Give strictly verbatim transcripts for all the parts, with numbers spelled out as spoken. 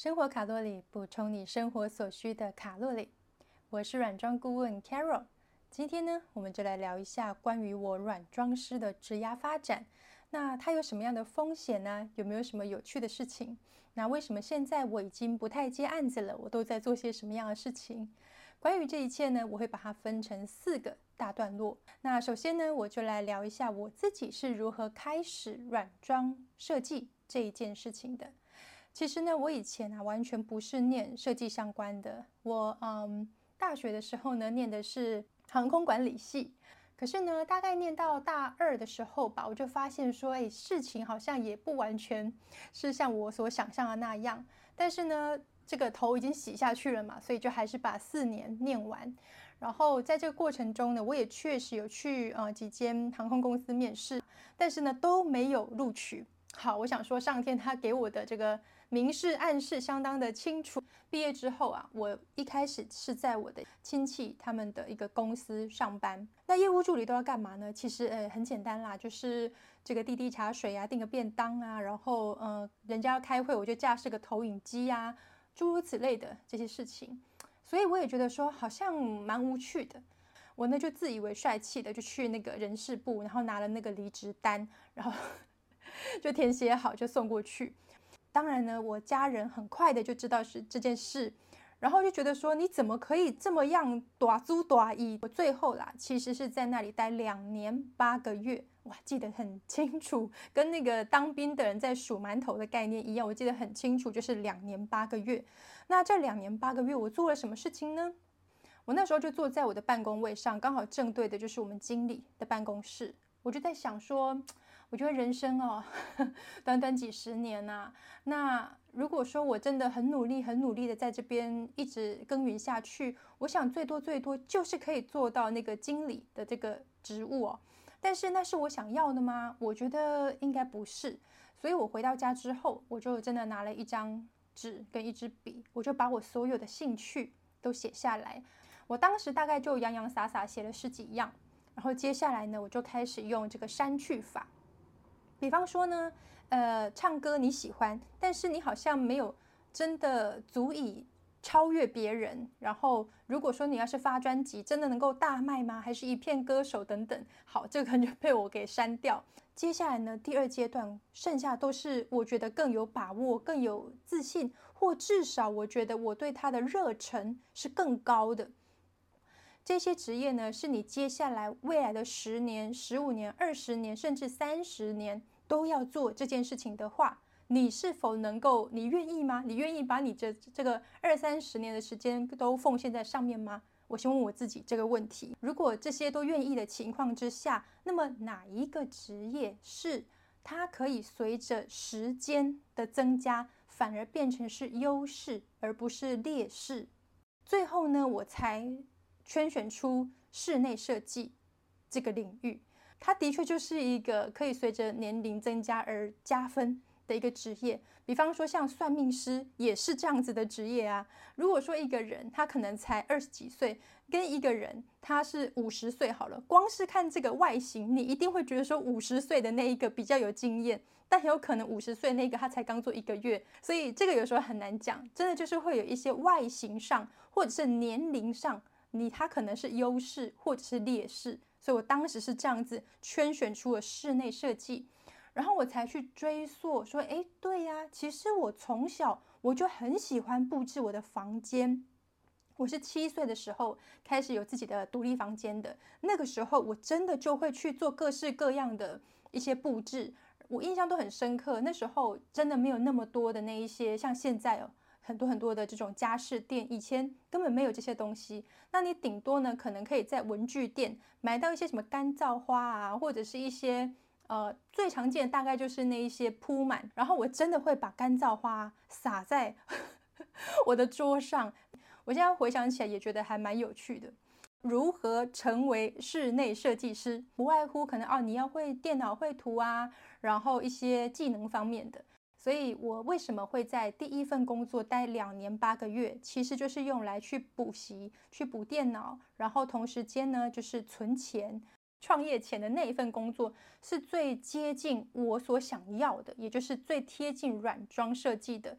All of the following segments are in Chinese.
生活卡路里，补充你生活所需的卡路里。我是软装顾问 Carol。今天呢，我们就来聊一下关于我软装师的职涯发展。那它有什么样的风险呢？有没有什么有趣的事情？那为什么现在我已经不太接案子了？我都在做些什么样的事情？关于这一切呢，我会把它分成四个大段落。那首先呢，我就来聊一下我自己是如何开始软装设计这一件事情的。其实呢，我以前啊完全不是念设计相关的。我嗯，大学的时候呢，念的是航空管理系。可是呢，大概念到大二的时候吧，我就发现说，哎，事情好像也不完全是像我所想象的那样。但是呢，这个头已经洗下去了嘛，所以就还是把四年念完。然后在这个过程中呢，我也确实有去呃几间航空公司面试，但是呢都没有录取。好，我想说上天他给我的这个明示暗示相当的清楚。毕业之后啊，我一开始是在我的亲戚他们的一个公司上班。那业务助理都要干嘛呢？其实呃很简单啦，就是这个递递茶水啊，订个便当啊，然后呃人家要开会，我就架设个投影机啊，诸如此类的这些事情。所以我也觉得说好像蛮无趣的。我呢就自以为帅气的就去那个人事部，然后拿了那个离职单，然后就填写好就送过去。当然呢，我家人很快的就知道是这件事，然后就觉得说你怎么可以这么样大租大意？我最后啦，其实是在那里待两年八个月，哇，记得很清楚，跟那个当兵的人在数馒头的概念一样，我记得很清楚，就是两年八个月。那这两年八个月我做了什么事情呢？我那时候就坐在我的办公位上，刚好正对的就是我们经理的办公室。我就在想说，我觉得人生哦，短短几十年啊，那如果说我真的很努力、很努力的在这边一直耕耘下去，我想最多最多就是可以做到那个经理的这个职务哦。但是那是我想要的吗？我觉得应该不是。所以我回到家之后，我就真的拿了一张纸跟一支笔，我就把我所有的兴趣都写下来。我当时大概就洋洋洒洒写了十几样，然后接下来呢，我就开始用这个删去法。比方说呢，呃，唱歌你喜欢，但是你好像没有真的足以超越别人。然后如果说你要是发专辑，真的能够大卖吗？还是一片歌手等等？好，这个就被我给删掉。接下来呢，第二阶段剩下都是我觉得更有把握、更有自信，或至少我觉得我对它的热忱是更高的。这些职业呢，是你接下来未来的十年、十五年、二十年，甚至三十年都要做这件事情的话，你是否能够？你愿意吗？你愿意把你这这个二三十年的时间都奉献在上面吗？我先问我自己这个问题。如果这些都愿意的情况之下，那么哪一个职业是它可以随着时间的增加，反而变成是优势，而不是劣势？最后呢，我才圈选出室内设计这个领域。它的确就是一个可以随着年龄增加而加分的一个职业。比方说像算命师也是这样子的职业啊。如果说一个人他可能才二十几岁，跟一个人他是五十岁好了，光是看这个外形，你一定会觉得说五十岁的那一个比较有经验，但有可能五十岁那个他才刚做一个月。所以这个有时候很难讲，真的就是会有一些外形上或者是年龄上，你他可能是优势或者是劣势。所以我当时是这样子圈选出了室内设计，然后我才去追溯说，哎，对呀，其实我从小我就很喜欢布置我的房间。我是七岁的时候开始有自己的独立房间的，那个时候我真的就会去做各式各样的一些布置，我印象都很深刻。那时候真的没有那么多的那一些像现在哦，很多很多的这种家饰店，以前根本没有这些东西。那你顶多呢，可能可以在文具店买到一些什么干燥花啊，或者是一些呃最常见的大概就是那一些铺满。然后我真的会把干燥花撒在我的桌上。我现在回想起来也觉得还蛮有趣的。如何成为室内设计师？不外乎可能哦，你要会电脑绘图啊，然后一些技能方面的。所以我为什么会在第一份工作待两年八个月，其实就是用来去补习、去补电脑，然后同时间呢就是存钱。创业前的那一份工作是最接近我所想要的，也就是最贴近软装设计的。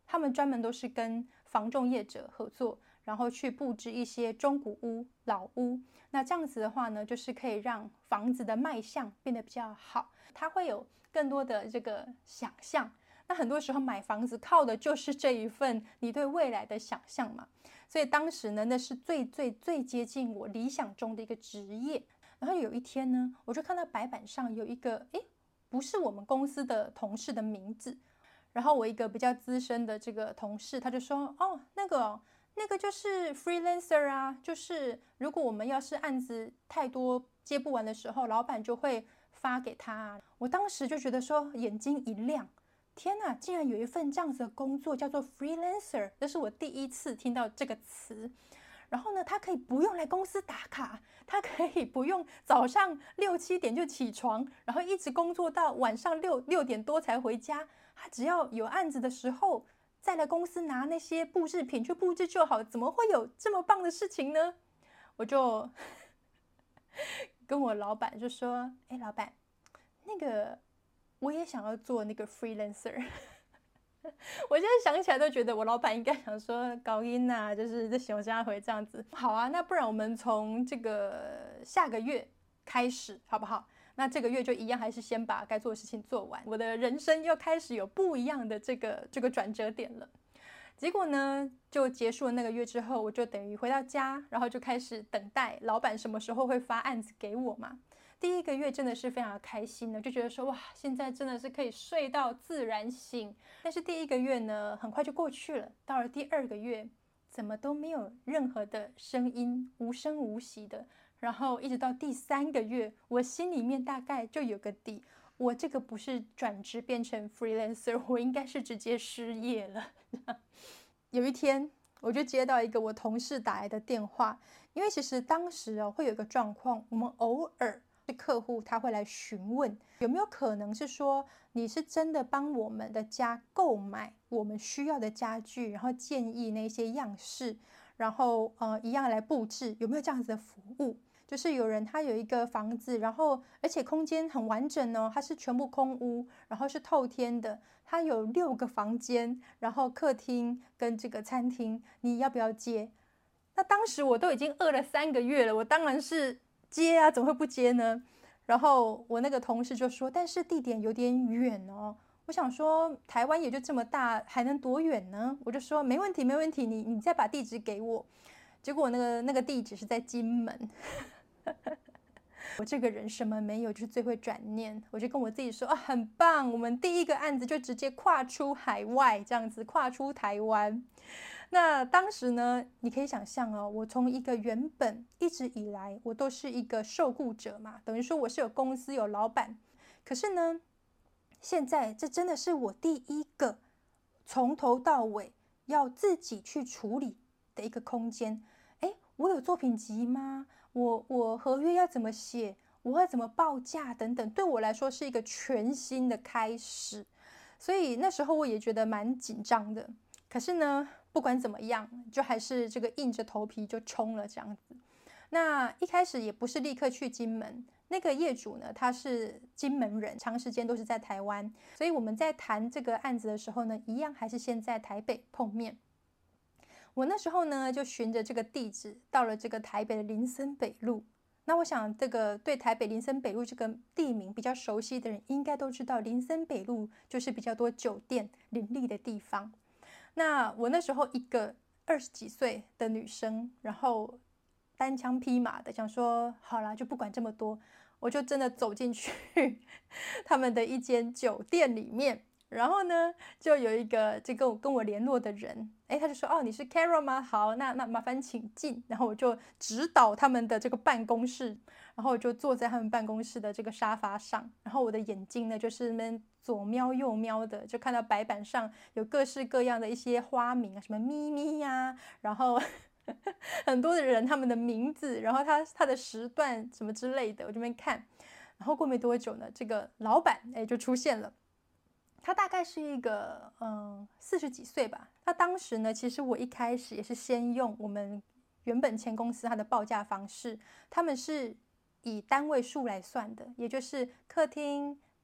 他们专门都是跟房仲业者合作，然后去布置一些中古屋、老屋。那这样子的话呢，就是可以让房子的卖相变得比较好，它会有更多的这个想象。那很多时候买房子靠的就是这一份你对未来的想象嘛。所以当时呢，那是最最最接近我理想中的一个职业。然后有一天呢，我就看到白板上有一个，诶，不是我们公司的同事的名字。然后我一个比较资深的这个同事，他就说，哦，那个那个就是 freelancer 啊，就是如果我们要是案子太多接不完的时候，老板就会发给他啊。我当时就觉得说眼睛一亮，天哪，竟然有一份这样子的工作叫做 freelancer， 这是我第一次听到这个词。然后呢，他可以不用来公司打卡，他可以不用早上六七点就起床，然后一直工作到晚上六六点多才回家。他只要有案子的时候，再来公司拿那些布置品去布置就好，怎么会有这么棒的事情呢？我就跟我老板就说：“哎，老板，那个我也想要做那个 freelancer。”我现在想起来都觉得我老板应该想说高音啊，就是这熊家回这样子。好啊，那不然我们从这个下个月开始好不好？那这个月就一样，还是先把该做的事情做完。我的人生又开始有不一样的这个这个转折点了。结果呢，就结束了那个月之后，我就等于回到家，然后就开始等待老板什么时候会发案子给我嘛。第一个月真的是非常开心的，就觉得说哇，现在真的是可以睡到自然醒。但是第一个月呢，很快就过去了。到了第二个月，怎么都没有任何的声音，无声无息的。然后一直到第三个月，我心里面大概就有个底，我这个不是转职变成 freelancer， 我应该是直接失业了。有一天，我就接到一个我同事打来的电话，因为其实当时哦会有一个状况，我们偶尔是客户他会来询问，有没有可能是说你是真的帮我们的家购买我们需要的家具，然后建议那些样式，然后呃一样来布置，有没有这样子的服务？就是有人他有一个房子，然后而且空间很完整哦，它是全部空屋，然后是透天的，它有六个房间，然后客厅跟这个餐厅，你要不要接？那当时我都已经饿了三个月了，我当然是接啊，怎么会不接呢？然后我那个同事就说，但是地点有点远哦。我想说，台湾也就这么大，还能多远呢？我就说没问题，没问题，你你再把地址给我。结果那个那个地址是在金门。我这个人什么没有，就是最会转念。我就跟我自己说啊，很棒，我们第一个案子就直接跨出海外，这样子跨出台湾。那当时呢，你可以想象哦，我从一个原本一直以来我都是一个受雇者嘛，等于说我是有公司有老板，可是呢，现在这真的是我第一个从头到尾要自己去处理的一个空间。诶，我有作品集吗？我我合约要怎么写？我要怎么报价等等，对我来说是一个全新的开始。所以那时候我也觉得蛮紧张的。可是呢，不管怎么样，就还是这个硬着头皮就冲了这样子。那一开始也不是立刻去金门，那个业主呢，他是金门人，长时间都是在台湾，所以我们在谈这个案子的时候呢，一样还是先在台北碰面。我那时候呢，就循着这个地址到了这个台北的林森北路。那我想，这个对台北林森北路这个地名比较熟悉的人，应该都知道，林森北路就是比较多酒店林立的地方。那我那时候一个二十几岁的女生，然后单枪匹马的想说，好啦，就不管这么多，我就真的走进去他们的一间酒店里面。然后呢，就有一个这个跟我联络的人，哎，他就说，哦，你是 Carol 吗？好，那那麻烦请进。然后我就指导他们的这个办公室，然后我就坐在他们办公室的这个沙发上，然后我的眼睛呢，就是那左瞄右瞄的，就看到白板上有各式各样的一些花名啊，什么咪咪呀，然后很多的人他们的名字，然后他他的时段什么之类的，我这边看。然后过没多久呢，这个老板哎就出现了。他大概是一个嗯四十几岁吧。他当时呢，其实我一开始也是先用我们原本前公司它的报价方式，他们是以单位数来算的，也就是客厅、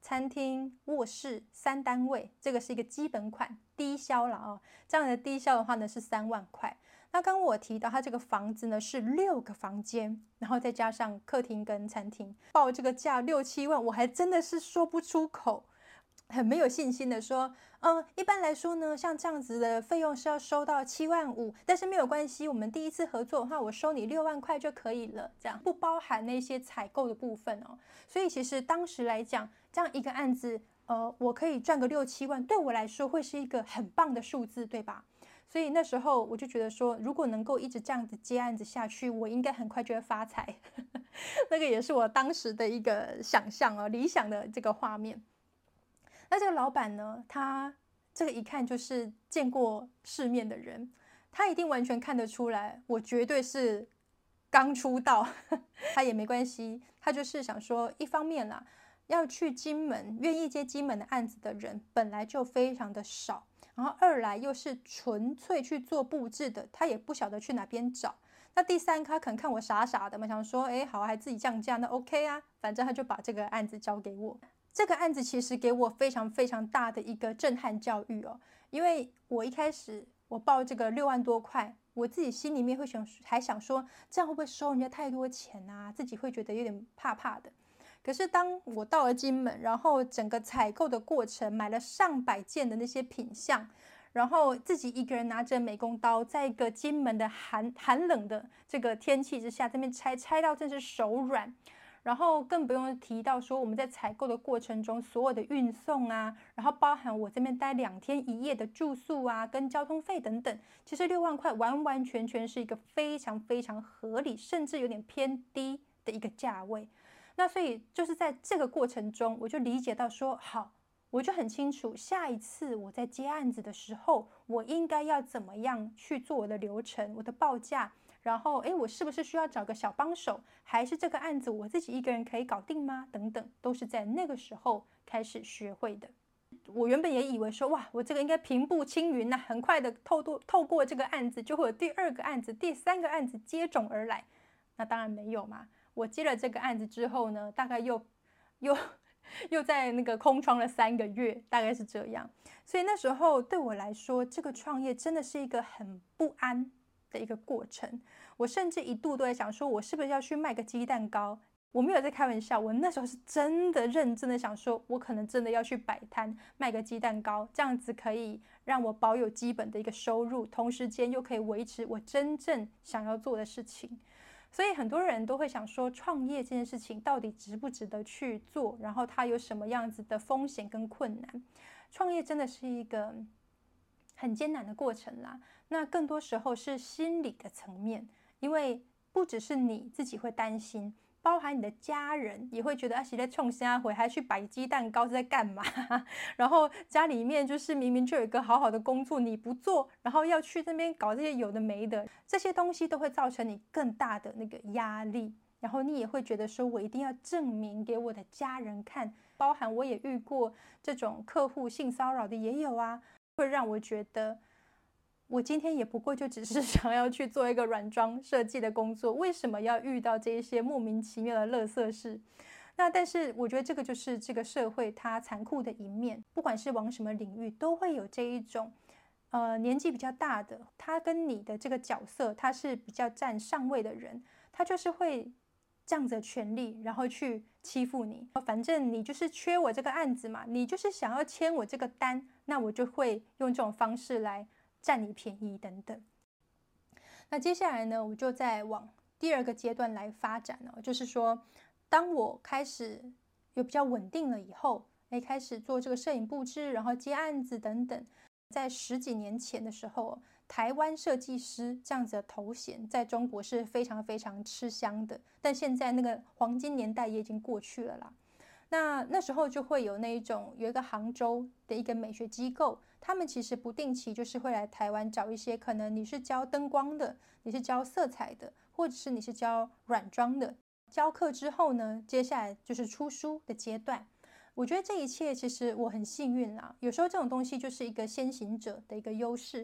餐厅、卧室三单位，这个是一个基本款，低消了哦。这样的低消的话呢是三万块。那刚刚我提到，它这个房子呢是六个房间，然后再加上客厅跟餐厅，报这个价六七万，我还真的是说不出口。很没有信心的说，嗯，一般来说呢，像这样子的费用是要收到七万五，但是没有关系，我们第一次合作的话，我收你六万块就可以了，这样不包含那些采购的部分哦。所以其实当时来讲，这样一个案子，呃，我可以赚个六七万，对我来说会是一个很棒的数字，对吧？所以那时候我就觉得说，如果能够一直这样子接案子下去，我应该很快就会发财。那个也是我当时的一个想象哦，理想的这个画面。那这个老板呢，他这个一看就是见过世面的人，他一定完全看得出来，我绝对是刚出道。他也没关系，他就是想说，一方面啦，要去金门，愿意接金门的案子的人本来就非常的少，然后二来又是纯粹去做布置的，他也不晓得去哪边找。那第三，他可能看我傻傻的嘛，想说，哎，好，还自己降价，那 OK 啊，反正他就把这个案子交给我。这个案子其实给我非常非常大的一个震撼教育哦，因为我一开始我报这个六万多块，我自己心里面会想，还想说这样会不会收人家太多钱啊？自己会觉得有点怕怕的。可是当我到了金门，然后整个采购的过程，买了上百件的那些品项，然后自己一个人拿着美工刀，在一个金门的寒寒冷的这个天气之下，这边拆拆到真是手软。然后更不用提到说我们在采购的过程中所有的运送啊，然后包含我这边待两天一夜的住宿啊，跟交通费等等，其实六万块完完全全是一个非常非常合理，甚至有点偏低的一个价位。那所以就是在这个过程中，我就理解到说，好，我就很清楚，下一次我在接案子的时候，我应该要怎么样去做我的流程，我的报价。然后，哎，我是不是需要找个小帮手，还是这个案子我自己一个人可以搞定吗？等等，都是在那个时候开始学会的。我原本也以为说，哇，我这个应该平步青云呐、啊，很快的透过透过这个案子，就会有第二个案子、第三个案子接踵而来。那当然没有嘛。我接了这个案子之后呢，大概又又又在那个空窗了三个月，大概是这样。所以那时候对我来说，这个创业真的是一个很不安的一个过程。我甚至一度都在想说，我是不是要去卖个鸡蛋糕？我没有在开玩笑，我那时候是真的认真的想说，我可能真的要去摆摊卖个鸡蛋糕，这样子可以让我保有基本的一个收入，同时间又可以维持我真正想要做的事情。所以很多人都会想说，创业这件事情到底值不值得去做？然后它有什么样子的风险跟困难？创业真的是一个很艰难的过程啦。那更多时候是心理的层面，因为不只是你自己会担心，包含你的家人也会觉得啊，谁在冲虾回还去摆鸡蛋糕是在干嘛？然后家里面就是明明就有一个好好的工作你不做，然后要去那边搞这些有的没的，这些东西都会造成你更大的那个压力。然后你也会觉得说，我一定要证明给我的家人看，包含我也遇过这种客户性骚扰的也有啊，会让我觉得。我今天也不过就只是想要去做一个软装设计的工作，为什么要遇到这些莫名其妙的垃圾事？那但是我觉得这个就是这个社会它残酷的一面，不管是往什么领域，都会有这一种，呃，年纪比较大的，他跟你的这个角色，他是比较占上位的人，他就是会仗着权力，然后去欺负你。反正你就是缺我这个案子嘛，你就是想要签我这个单，那我就会用这种方式来占你便宜等等。那接下来呢，我就再往第二个阶段来发展哦，就是说，当我开始有比较稳定了以后，哎，开始做这个摄影布置，然后接案子等等。在十几年前的时候，台湾设计师这样子的头衔在中国是非常非常吃香的，但现在那个黄金年代也已经过去了啦。那那时候就会有那一种，有一个杭州的一个美学机构，他们其实不定期就是会来台湾找一些，可能你是教灯光的，你是教色彩的，或者是你是教软装的。教课之后呢，接下来就是出书的阶段。我觉得这一切其实我很幸运啦，有时候这种东西就是一个先行者的一个优势。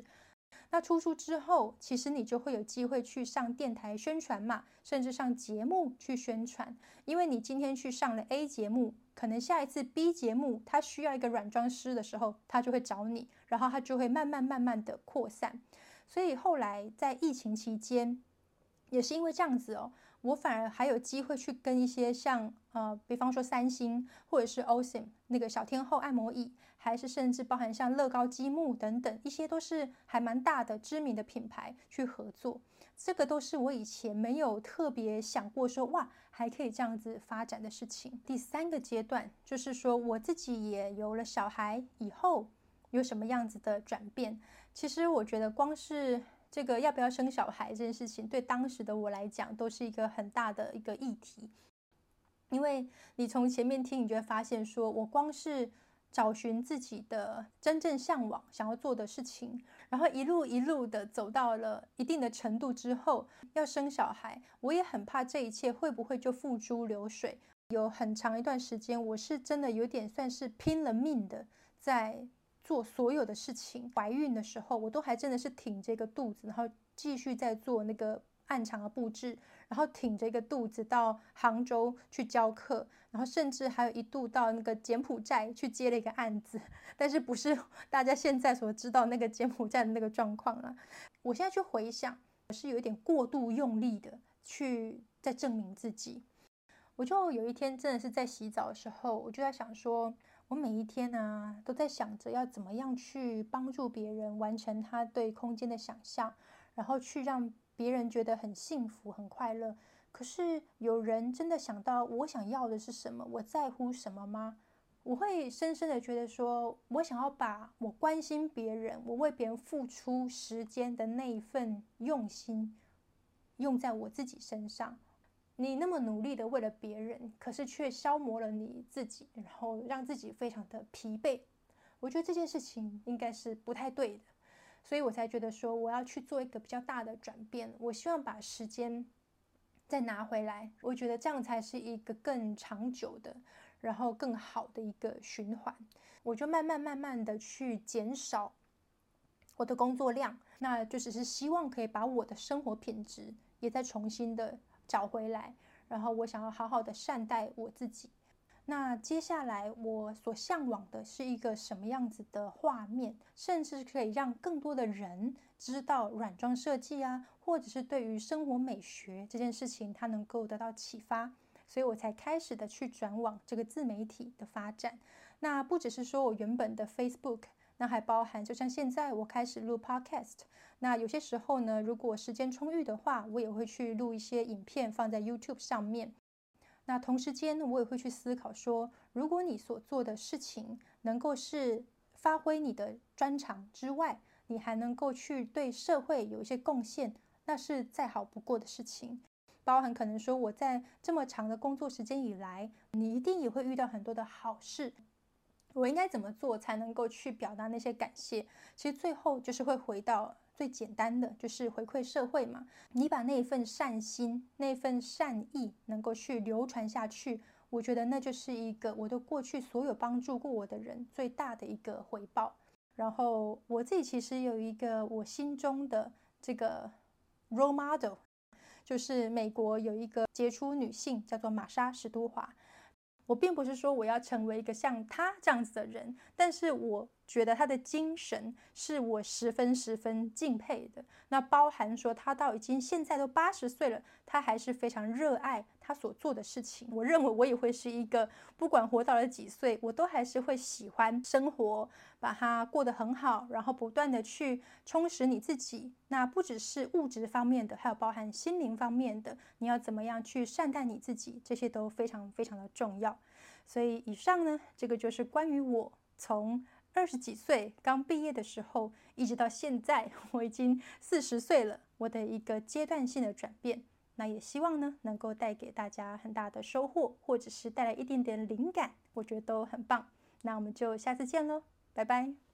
那出书之后，其实你就会有机会去上电台宣传嘛，甚至上节目去宣传。因为你今天去上了 A 节目，可能下一次 B 节目他需要一个软装师的时候，他就会找你，然后他就会慢慢慢慢的扩散。所以后来在疫情期间，也是因为这样子哦，我反而还有机会去跟一些像呃，比方说三星或者是 O S I M 那个小天后按摩椅，还是甚至包含像乐高积木等等一些都是还蛮大的知名的品牌去合作。这个都是我以前没有特别想过说哇还可以这样子发展的事情。第三个阶段就是说我自己也有了小孩以后有什么样子的转变。其实我觉得光是这个要不要生小孩这件事情，对当时的我来讲都是一个很大的一个议题。因为你从前面听，你就会发现说我光是找寻自己的真正向往想要做的事情，然后一路一路的走到了一定的程度之后要生小孩，我也很怕这一切会不会就付诸流水。有很长一段时间我是真的有点算是拼了命的在做所有的事情。怀孕的时候我都还真的是挺着一个肚子，然后继续在做那个暗场的布置，然后挺着一个肚子到杭州去教课，然后甚至还有一度到那个柬埔寨去接了一个案子，但是不是大家现在所知道那个柬埔寨的那个状况了。我现在去回想，我是有一点过度用力的去在证明自己。我就有一天真的是在洗澡的时候，我就在想说，我每一天啊都在想着要怎么样去帮助别人完成他对空间的想象，然后去让别人觉得很幸福很快乐。可是有人真的想到我想要的是什么，我在乎什么吗？我会深深的觉得说，我想要把我关心别人，我为别人付出时间的那一份用心用在我自己身上。你那么努力的为了别人，可是却消磨了你自己，然后让自己非常的疲惫。我觉得这件事情应该是不太对的，所以我才觉得说我要去做一个比较大的转变。我希望把时间再拿回来，我觉得这样才是一个更长久的，然后更好的一个循环。我就慢慢慢慢的去减少我的工作量，那就只是希望可以把我的生活品质也再重新的找回来，然后我想要好好的善待我自己。那接下来我所向往的是一个什么样子的画面，甚至可以让更多的人知道软装设计啊，或者是对于生活美学这件事情它能够得到启发，所以我才开始的去转往这个自媒体的发展。那不只是说我原本的 Facebook， 那还包含就像现在我开始录 Podcast， 那有些时候呢，如果时间充裕的话，我也会去录一些影片放在 YouTube 上面。那同时间呢，我也会去思考说，如果你所做的事情能够是发挥你的专长之外，你还能够去对社会有一些贡献，那是再好不过的事情。包含可能说我在这么长的工作时间以来，你一定也会遇到很多的好事，我应该怎么做才能够去表达那些感谢？其实最后就是会回到最简单的，就是回馈社会嘛。你把那一份善心、那份善意能够去流传下去，我觉得那就是一个我对过去所有帮助过我的人最大的一个回报。然后我自己其实有一个我心中的这个 role model， 就是美国有一个杰出女性叫做玛莎·史都华。我并不是说我要成为一个像她这样子的人，但是我觉得她的精神是我十分十分敬佩的。那包含说她到已经现在都八十岁了，她还是非常热爱她所做的事情。我认为我也会是一个，不管活到了几岁，我都还是会喜欢生活，把它过得很好，然后不断的去充实你自己。那不只是物质方面的，还有包含心灵方面的，你要怎么样去善待你自己，这些都非常非常的重要。所以以上呢，这个就是关于我从二十几岁刚毕业的时候，一直到现在我已经四十岁了，我的一个阶段性的转变。那也希望呢，能够带给大家很大的收获，或者是带来一点点灵感，我觉得都很棒。那我们就下次见喽，拜拜。